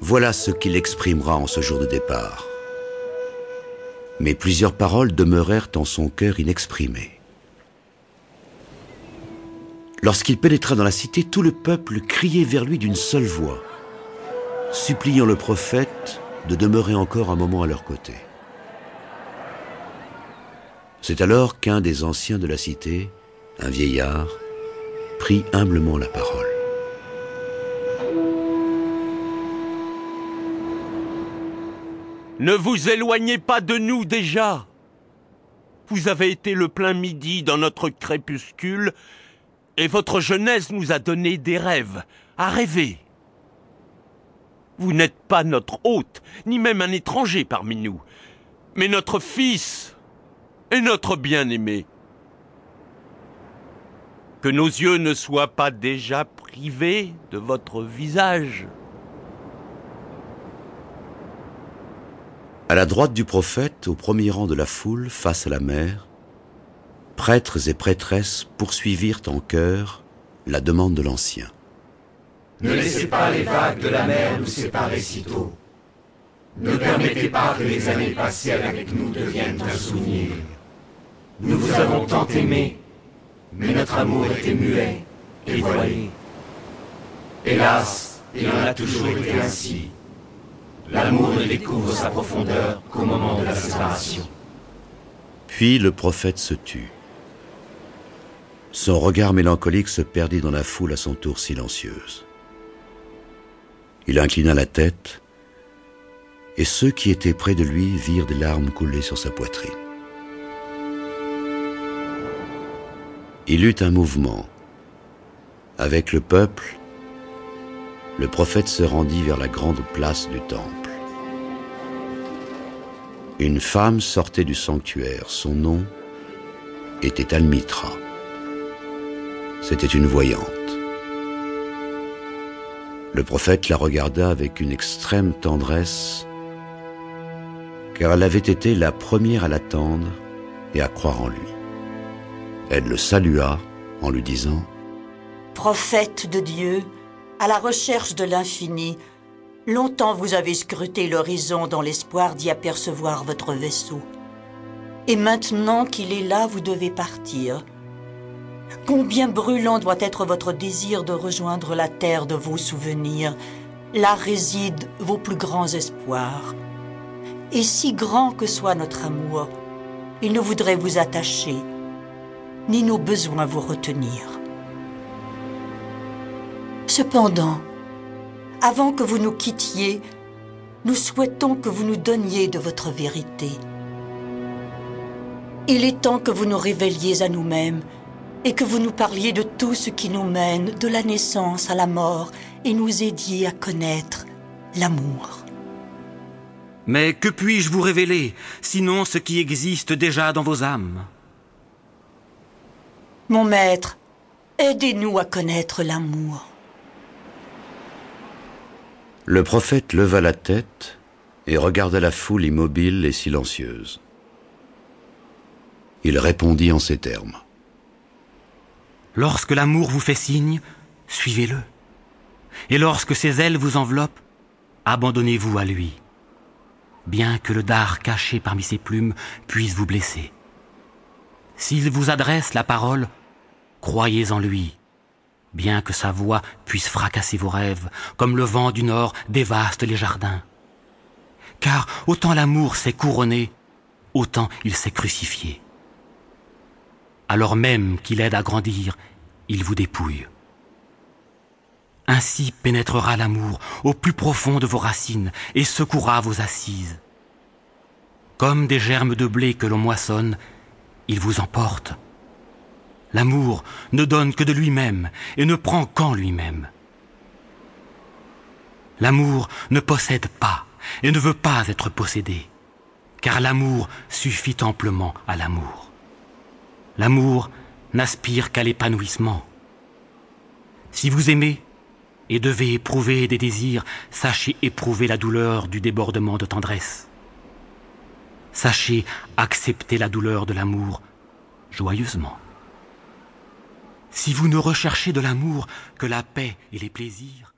Voilà ce qu'il exprimera en ce jour de départ. Mais plusieurs paroles demeurèrent en son cœur inexprimées. Lorsqu'il pénétra dans la cité, tout le peuple criait vers lui d'une seule voix, suppliant le prophète de demeurer encore un moment à leur côté. C'est alors qu'un des anciens de la cité, un vieillard, prit humblement la parole. Ne vous éloignez pas de nous déjà. Vous avez été le plein midi dans notre crépuscule et votre jeunesse nous a donné des rêves, à rêver. Vous n'êtes pas notre hôte, ni même un étranger parmi nous, mais notre fils et notre bien-aimé. Que nos yeux ne soient pas déjà privés de votre visage. À la droite du prophète, au premier rang de la foule, face à la mer, prêtres et prêtresses poursuivirent en chœur la demande de l'ancien. Ne laissez pas les vagues de la mer nous séparer si tôt. Ne permettez pas que les années passées avec nous deviennent un souvenir. Nous vous avons tant aimé, mais notre amour était muet et voilé. Hélas, il en a toujours été ainsi. L'amour ne découvre sa profondeur qu'au moment de la séparation. Puis le prophète se tut. Son regard mélancolique se perdit dans la foule à son tour silencieuse. Il inclina la tête, et ceux qui étaient près de lui virent des larmes couler sur sa poitrine. Il eut un mouvement. Avec le peuple, le prophète se rendit vers la grande place du temple. Une femme sortait du sanctuaire. Son nom était Almitra. C'était une voyante. Le prophète la regarda avec une extrême tendresse, car elle avait été la première à l'attendre et à croire en lui. Elle le salua en lui disant : « Prophète de Dieu, à la recherche de l'infini, longtemps vous avez scruté l'horizon dans l'espoir d'y apercevoir votre vaisseau. Et maintenant qu'il est là, vous devez partir. Combien brûlant doit être votre désir de rejoindre la terre de vos souvenirs. Là résident vos plus grands espoirs. Et si grand que soit notre amour, il ne voudrait vous attacher, ni nos besoins vous retenir. Cependant, avant que vous nous quittiez, nous souhaitons que vous nous donniez de votre vérité. Il est temps que vous nous révéliez à nous-mêmes et que vous nous parliez de tout ce qui nous mène de la naissance à la mort et nous aidiez à connaître l'amour. Mais que puis-je vous révéler, sinon ce qui existe déjà dans vos âmes ? Mon maître, aidez-nous à connaître l'amour. Le prophète leva la tête et regarda la foule immobile et silencieuse. Il répondit en ces termes. Lorsque l'amour vous fait signe, suivez-le. Et lorsque ses ailes vous enveloppent, abandonnez-vous à lui. Bien que le dard caché parmi ses plumes puisse vous blesser. S'il vous adresse la parole, croyez en lui, bien que sa voix puisse fracasser vos rêves, comme le vent du nord dévaste les jardins. Car autant l'amour s'est couronné, autant il s'est crucifié. Alors même qu'il aide à grandir, il vous dépouille. Ainsi pénétrera l'amour au plus profond de vos racines et secourra vos assises. Comme des germes de blé que l'on moissonne, il vous emporte. L'amour ne donne que de lui-même et ne prend qu'en lui-même. L'amour ne possède pas et ne veut pas être possédé, car l'amour suffit amplement à l'amour. L'amour n'aspire qu'à l'épanouissement. Si vous aimez et devez éprouver des désirs, sachez éprouver la douleur du débordement de tendresse. Sachez accepter la douleur de l'amour joyeusement. Si vous ne recherchez de l'amour que la paix et les plaisirs,